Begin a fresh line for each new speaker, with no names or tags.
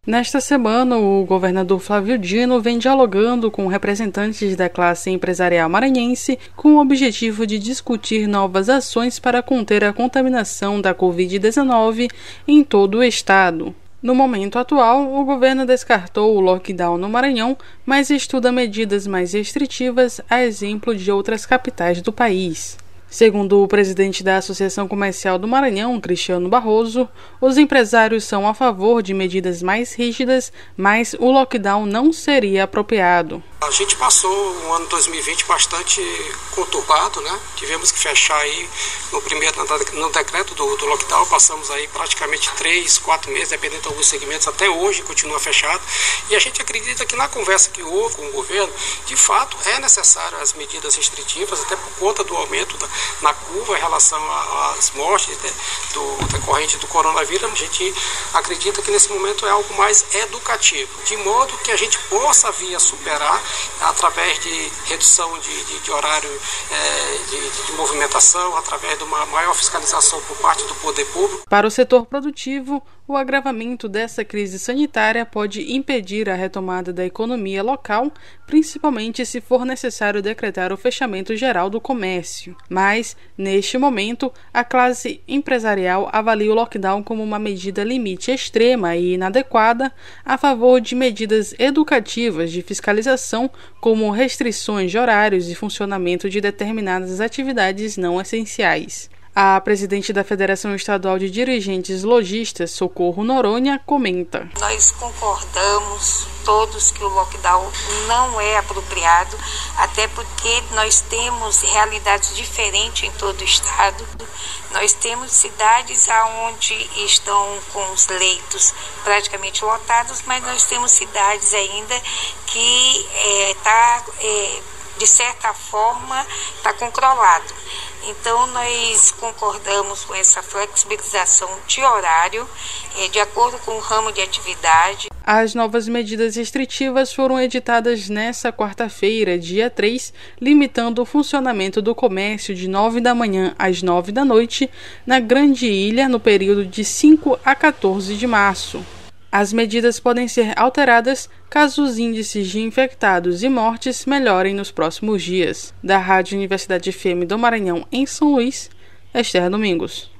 Nesta semana, o governador Flávio Dino vem dialogando com representantes da classe empresarial maranhense com o objetivo de discutir novas ações para conter a contaminação da Covid-19 em todo o estado. No momento atual, o governo descartou o lockdown no Maranhão, mas estuda medidas mais restritivas, a exemplo de outras capitais do país. Segundo o presidente da Associação Comercial do Maranhão, Cristiano Barroso, os empresários são a favor de medidas mais rígidas, mas o lockdown não seria apropriado.
A gente passou um ano 2020 bastante conturbado, né? Tivemos que fechar aí no decreto do lockdown, passamos aí praticamente 3, 4 meses, dependendo de alguns segmentos, até hoje continua fechado. E a gente acredita que na conversa que houve com o governo, de fato é necessário as medidas restritivas, até por conta do aumento na curva em relação às mortes decorrente do coronavírus. A gente acredita que nesse momento é algo mais educativo, de modo que a gente possa vir a superar através de redução de horário de movimentação, através de uma maior fiscalização por parte do poder público.
Para o setor produtivo, o agravamento dessa crise sanitária pode impedir a retomada da economia local, principalmente se for necessário decretar o fechamento geral do comércio. Mas, neste momento, a classe empresarial avalia o lockdown como uma medida limite extrema e inadequada a favor de medidas educativas de fiscalização, como restrições de horários e funcionamento de determinadas atividades não essenciais. A presidente da Federação Estadual de Dirigentes Lojistas, Socorro Noronha, comenta:
Nós concordamos todos que o lockdown não é apropriado, até porque nós temos realidades diferentes em todo o estado. Nós temos cidades onde estão com os leitos praticamente lotados, mas nós temos cidades ainda que de certa forma está controlado. Então, nós concordamos com essa flexibilização de horário, de acordo com o ramo de atividade.
As novas medidas restritivas foram editadas nesta quarta-feira, dia 3, limitando o funcionamento do comércio de 9 da manhã às 9 da noite na Grande Ilha, no período de 5 a 14 de março. As medidas podem ser alteradas caso os índices de infectados e mortes melhorem nos próximos dias. Da Rádio Universidade FM do Maranhão, em São Luís, Esther Domingos.